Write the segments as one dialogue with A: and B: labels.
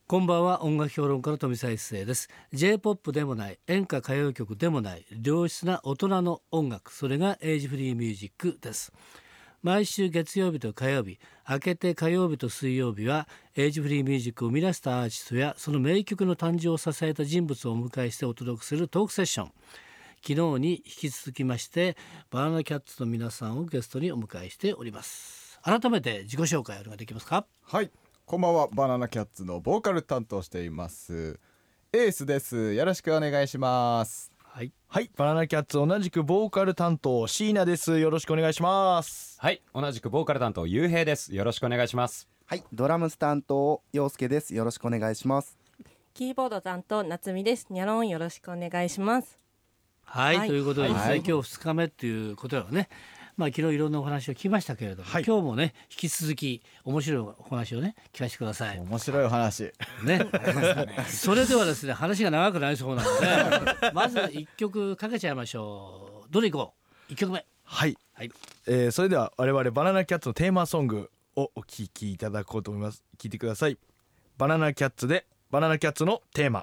A: こんばんは。音楽評論家の富澤一世です。 J-POP でもない演歌歌謡曲でもない良質な大人の音楽、それがエイジフリーミュージックです。毎週月曜日と火曜日、明けて火曜日と水曜日はエイジフリーミュージックを生み出したアーティストやその名曲の誕生を支えた人物をお迎えしてお届けするトークセッション。昨日に引き続きましてバナナキャッツの皆さんをゲストにお迎えしております。改めて自己紹介お願いできますか？
B: はい、こんばんは。バナナキャッツのボーカル担当していますエースです。よろしくお願いします。
A: はい、
C: はい、バナナキャッツ同じくボーカル担当椎名です。よろしくお願いします。
D: はい、同じくボーカル担当ゆうへいです。よろしくお願いします。
E: はい、ドラムス担当陽介です。よろしくお願いします。
F: キーボード担当夏美です。にゃろんよろしくお願いします。
A: はい、
F: はい
A: ということでですね、
B: はい
A: 今日2日目ということはね、昨日いろんなお話を聞きましたけれども、
C: はい
A: 今日もね引き続き面白いお話をね聞かせてください
B: 面白いお話
A: ね。それではですね、話が長くなりそうなのでまず1曲かけちゃいましょう。どれいこう？1曲目。
C: はい、
A: はい
C: それでは我々バナナキャッツのテーマソングをお聴きいただこうと思います。聴いてください。バナナキャッツでバナナキャッツのテーマ。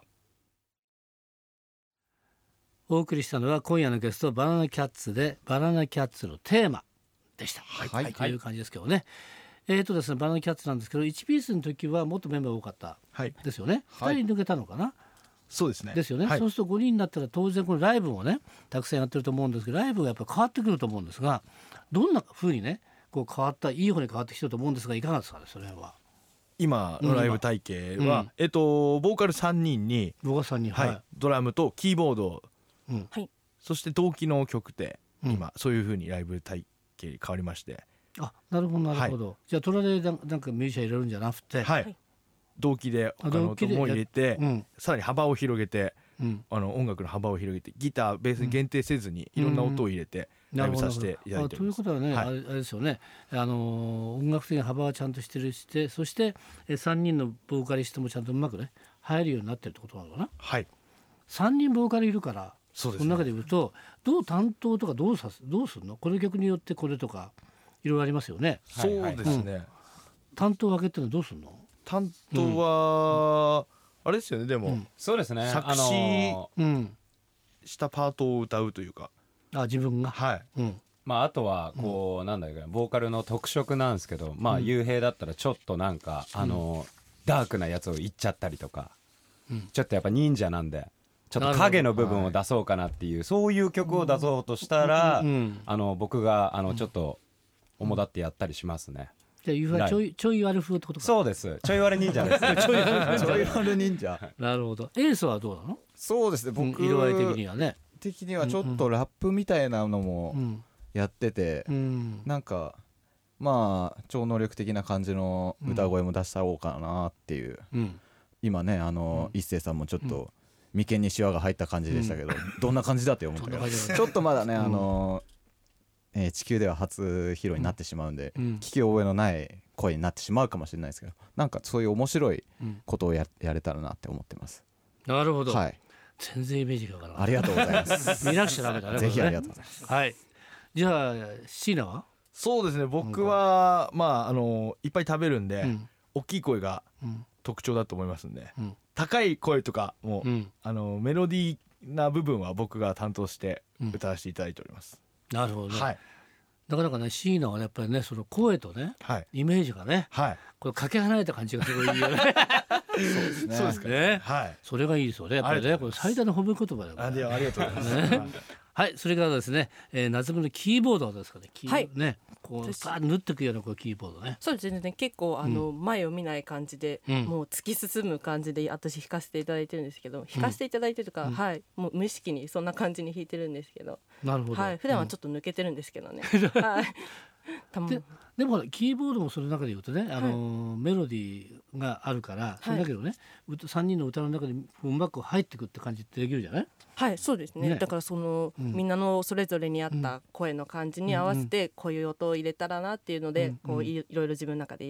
A: お送りしたのは今夜のゲストバナナキャッツでバナナキャッツのテーマでした。
B: はい
A: という感じですけどね。ですね、バナナキャッツなんですけど1ピースの時はもっとメンバー多かった
C: はい、
A: ですよね。
B: はい
A: 2人抜けたのかな、
C: そうですね。
A: ですよね、
C: はい、
A: そうすると5人になったら当然このライブもねたくさんやってると思うんですけど、ライブがやっぱり変わってくると思うんですが、どんな風にねこう変わった、いい方に変わってきてると思うんですが、いかがですかね、それは。
C: 今のライブ体系は、ボーカル3人に、
A: 僕はさんに、
C: はいドラムとキーボード、
A: うん
C: そして同期の曲で、
A: うん
C: 今そういう風にライブ体系変わりまして、
A: あ、なるほどなるほど、じゃあトラでなんかミュージシャン入れるんじゃなくて、
C: はい
F: はい
C: 同期で他の
A: 同期で
C: 音も入れて、
A: うん
C: さらに幅を広げて、
A: うん、
C: 音楽の幅を広げてギターベースに限定せずにいろんな音を入れてライブさせていただいております。
A: ということはね、
C: はい
A: あれですよね、音楽的な幅はちゃんとしてるして、そして3人のボーカリストもちゃんとうまくね入るようになってるってことなのかな。
C: はい、
A: 3人ボーカルいるから、
C: そうですね。
A: その中で言うとどう担当とかどうするの？この曲によってこれとかいろいろありますよね。
C: そうですね、
A: 担当分けってのはどうするの？
C: 担当は、あれですよね。でも、
A: うん
D: そうですね。
C: 作詞
A: うん、
C: したパートを歌うというか、
A: 自分が、
C: はい、
A: うん
D: あとはこう、なんだろう、ボーカルの特色なんですけど、ゆうへいだったらちょっとなんかダークなやつを言っちゃったりとか、
A: うん
D: ちょっとやっぱ忍者なんでちょっと影の部分を出そうかなっていう、そういう曲を出そうとしたら、
A: うん
D: 僕がちょっと主だってやったりしますね。
A: じゃあいうふうにちょい悪風ってことか。
D: そうです。ちょい悪忍者です。
A: ちょい悪
B: ちょい悪忍者
A: なるほど。エースはどうなの？
B: そうですね、僕
A: 色合い的にはね。
B: 的にはちょっとラップみたいなのも
A: うん
B: やってて、
A: うん
B: なんか超能力的な感じの歌声も出したろうかなっていう、
A: うん
B: 今ね一星さんもちょっと眉間にシワが入った感じでしたけど、どんな感じだって思ったけど、
A: どんな感じだ
B: ちょっとまだね地球では初披露になってしまうんで、
A: うん
B: 聞き覚えのない声になってしまうかもしれないですけど、なんかそういう面白い
A: うん
B: ことをやれたらなって思ってます。
A: なるほど。
B: はい、
A: 全然イメージがわからない。
B: ありがとうございます
A: 見なくちゃダメだね。
B: ぜひありが
A: と
B: とうございます。
A: う。はい。じゃあ椎名は？
C: そうですね。僕はいっぱい食べるんで、
A: うん
C: 大きい声が
A: うん
C: 特徴だと思いますんで、
A: うん
C: 高い声とかも、
A: うん
C: メロディーな部分は僕が担当して
A: うん
C: 歌わせていただいております。
A: なるほどね。
C: はい
A: なかなかね椎名はねやっぱりねその声とね
C: はい
A: イメージがね
C: はい
A: これかけ離れた感じがすごいいいよね。
C: そうですか
A: ね。
C: はい。
A: それがいいですよね。やっぱりねこれ最大の褒め言葉だよ
C: あり
A: ね。
C: がとうございます。
A: ねはい、それからですね、夏目のキーボードですかね。
F: はい
A: ね、こう
F: 私
A: パーッ縫っていくようなこうキーボードね。
F: そうですね、結構前を見ない感じで、
A: うん
F: もう突き進む感じで私弾かせていただいてるんですけど、弾かせていただいてるとか、はい、もう無意識にそんな感じに弾いてるんですけど、
A: なるほど。
F: はい、普段はちょっと抜けてるんですけどね、はいたま
A: ででもほらキーボードもその中で言うとね、メロディーがあるからそれだけどね、3人の歌の中にうまく入ってくって感じってできるじゃない？
F: はいそうですね、
A: ね
F: だからその、みんなのそれぞれに合った声の感じに合わせてこういう音を入れたらなっていうので、こういろいろ自分の中で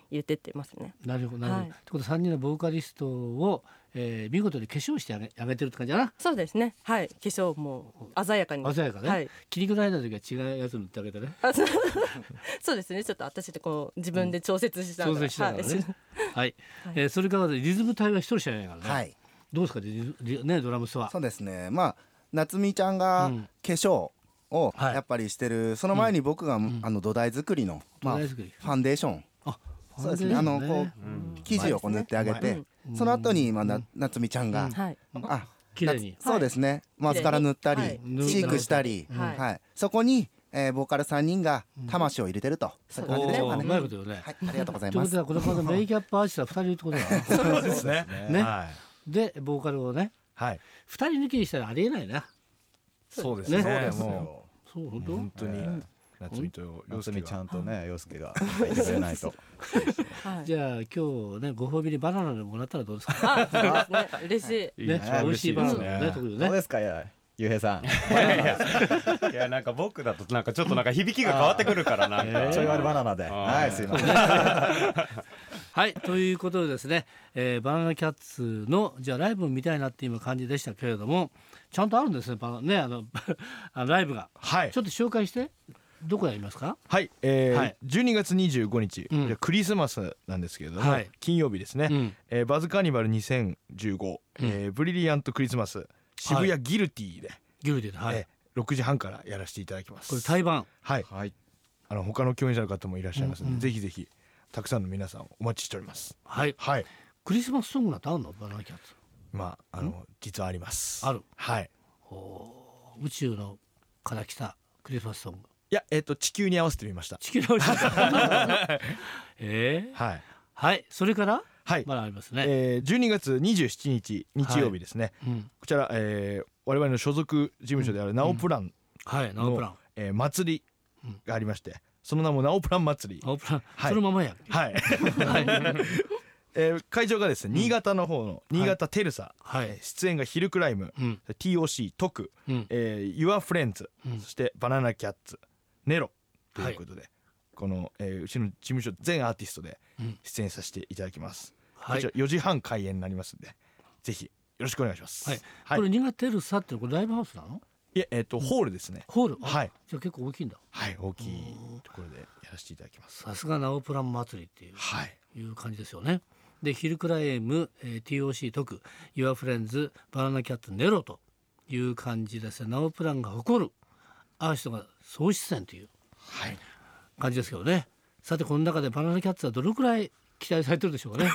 F: 言ってってますね。
A: なるほどなるほど、
F: はい
A: ってことは3人のボーカリストを、見事に化粧してあげてるって感じだな。
F: そうですね。はい。化粧も鮮やかに。
A: 鮮やかね、
F: はい。
A: 気に食らえない時は違うやつ塗ってあげてね。
F: そうですね。ちょっと私でこう自分で調節しながら。
A: 調整しながらね
F: はい
A: はい、それからリズム隊は一人しかいないからね、
E: はい、
A: どうですかね、ドラムスは。
E: そうですね。まあ夏美ちゃんが
A: うん
E: 化粧を
A: はい
E: やっぱりしてる、その前に僕が、土台作りの、
A: 土台作り、
E: ファンデーション、
A: あ、
E: そうですね、こう生地をこう塗ってあげて、その後に夏美ちゃんが、
F: はい。
A: 綺麗に
E: そうですね、マスカラ塗ったり、
F: はい
E: チークしたり、
F: はい
E: はい、そこに、ボーカル3人が魂を入れてると、そういう感じでしょうかね。
A: うまいこと言うね、
E: はい、ありがとうございます。
A: ということはこの方メイキャップアーティストは2人いるってことだな
C: そうですね。
A: ね
C: はい。
A: でボーカルをね
C: はい。
A: 2人抜きにしたらありえないな。ね
C: そうですね。
B: そうです
C: も
B: よ。
A: そう本
C: う
A: 当、
C: 本当に夏美と洋
B: 夏美ちゃ
C: 介が。
B: んとね、洋介がいてくれないと。
F: はい。
A: じゃあ今日ねご褒美にバナナでもらったらどうですか
F: あ、そうですね。嬉しい。
A: ね、
B: ね
A: 美味しいバナナ
C: 嬉しいですね
A: ね、特にね。
B: どうですか、ゆうへいさん。
D: いやなんか僕だとなんかちょっとなんか響きが変わってくるからなんか
B: ちょい割りバナナで。はい、すいません。
A: はいということでですね、バナナキャッツのじゃあライブを見たいなっていう感じでしたけれども、ちゃんとあるんですね、ねライブが。
C: はい
A: ちょっと紹介してどこやりますか。
C: はい。
A: はい
C: 12月25日、
A: うん
C: じゃあクリスマスなんですけれども、
A: はい
C: 金曜日ですね。
A: うん
C: バズカーニバル2015、ブリリアントクリスマス渋谷ギルティで、
A: ギルディで、はい
C: 6時半からやらせていただきます。
A: これ対バン。
C: はい。
B: はい。
C: 他の共演者の方もいらっしゃいますので、
A: うん
C: ぜひぜひたくさんの皆さんをお待ちしております。
A: はい、
C: はい。
A: クリスマスソングなんてあるのバナナキャッツ。
C: 実はあります。
A: ある。
C: はい。
A: 宇宙のから来たクリスマスソング。
C: いや、地球に合わせてみました。
A: 地球の宇宙はいはい、それから
C: はい。
A: まだありますね。
C: 12月27日日曜日ですね。
A: うん、
C: こちら、我々の所属事務所であるナオプラン
A: はい、ナオプラン。
C: 祭りがありまして、その名もナオプラン祭り。
A: ナオプラン、
C: はい
A: そのままや。
C: はい。
A: はい
C: 会場がですね、新潟の方の新潟テルサ、
A: はい
C: 出演がヒルクライム、
A: うん
C: TOC トク、
A: うん
C: Your Friends、
A: うん
C: そしてバナナキャッツ、ネロということで、この、うちの事務所全アーティストで
A: うん
C: 出演させていただきます。
A: はい
C: こちら4時半開演になりますんで、ぜひよろしくお願いします。
A: はい、
C: はい
A: これ新潟テルサってこれライブハウスなの？
C: いえ、ホールですね。
A: ホール。あ
C: はい。
A: じゃあ結構大きいんだ。
C: はい、大きいところでやらせていただきます。
A: さすがナオプラン祭りっていう、
C: はい。
A: いう感じですよね。でヒルクライム、TOC 特 Your Friends バナナキャットネロという感じですね。ナオプランが誇るアーティストが総出演という
C: はい。
A: 感じですけどね。さてこの中でバナナキャッツはどのくらい期待されてるでしょうかね。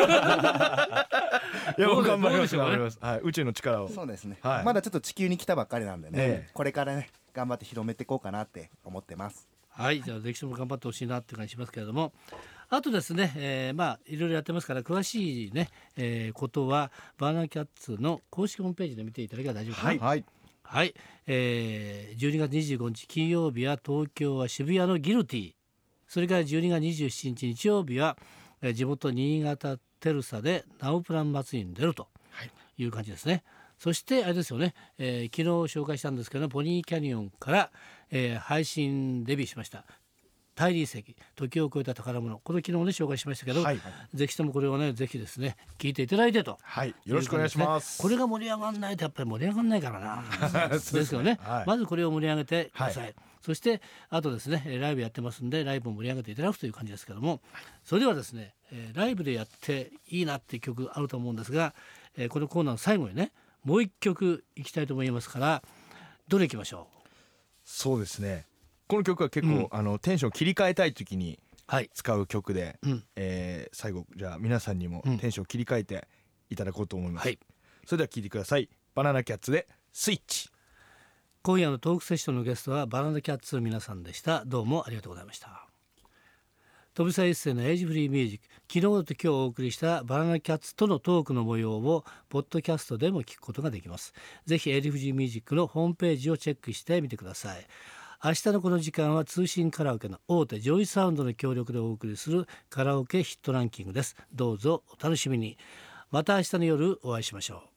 C: いや、
A: どうで
C: 頑張ります。
A: どうでしょうね
C: 頑張ります。はい、宇宙の力を。
E: そうですね、
C: はい
E: まだちょっと地球に来たばっかりなんでね、
C: ええ
E: これからね頑張って広めていこうかなって思ってます。
A: はい、じゃあぜひとも頑張ってほしいなって感じしますけれども、あとですね、まあいろいろやってますから詳しいね、ことはバナナキャッツの公式ホームページで見ていただければ大丈夫かな。
B: はい。
A: はい、12月25日金曜日は東京は渋谷のギルティ、それから12月27日日曜日は、地元新潟テルサでナオプラン祭りに出るという感じですね。そしてあれですよね、昨日紹介したんですけどポニーキャニオンから、配信デビューしました大理石時を超えた宝物、これ昨日ね紹介しましたけど、
C: はい。
A: ぜひともこれをねぜひですね聞いていただいてと。
C: はい。よろしくお願いします。
A: これが盛り上がらないとやっぱり盛り上がらないからなですよね、
C: はい
A: まずこれを盛り上げてください、
C: はい
A: そしてあとですねライブやってますんでライブを盛り上げていただくという感じですけども、それではですねライブでやっていいなっていう曲あると思うんですが、このコーナーの最後にねもう一曲いきたいと思いますから、どれいきましょう。
C: そうですね。この曲は結構、テンションを切り替えたい時に
A: はい、
C: 使う曲で、
A: うん
C: 最後じゃあ皆さんにも
A: うん
C: テンションを切り替えていただこうと思います。
A: はい、
C: それでは聴いてください。バナナキャッツでスイッチ。
A: 今夜のトークセッションのゲストはバナナキャッツの皆さんでした。どうもありがとうございました。飛び一世のエイジフリーミュージック、昨日と今日お送りしたバナナキャッツとのトークの模様をポッドキャストでも聞くことができます。ぜひエイジフリーミュージックのホームページをチェックしてみてください。明日のこの時間は通信カラオケの大手ジョイサウンドの協力でお送りするカラオケヒットランキングです。どうぞお楽しみに。また明日の夜お会いしましょう。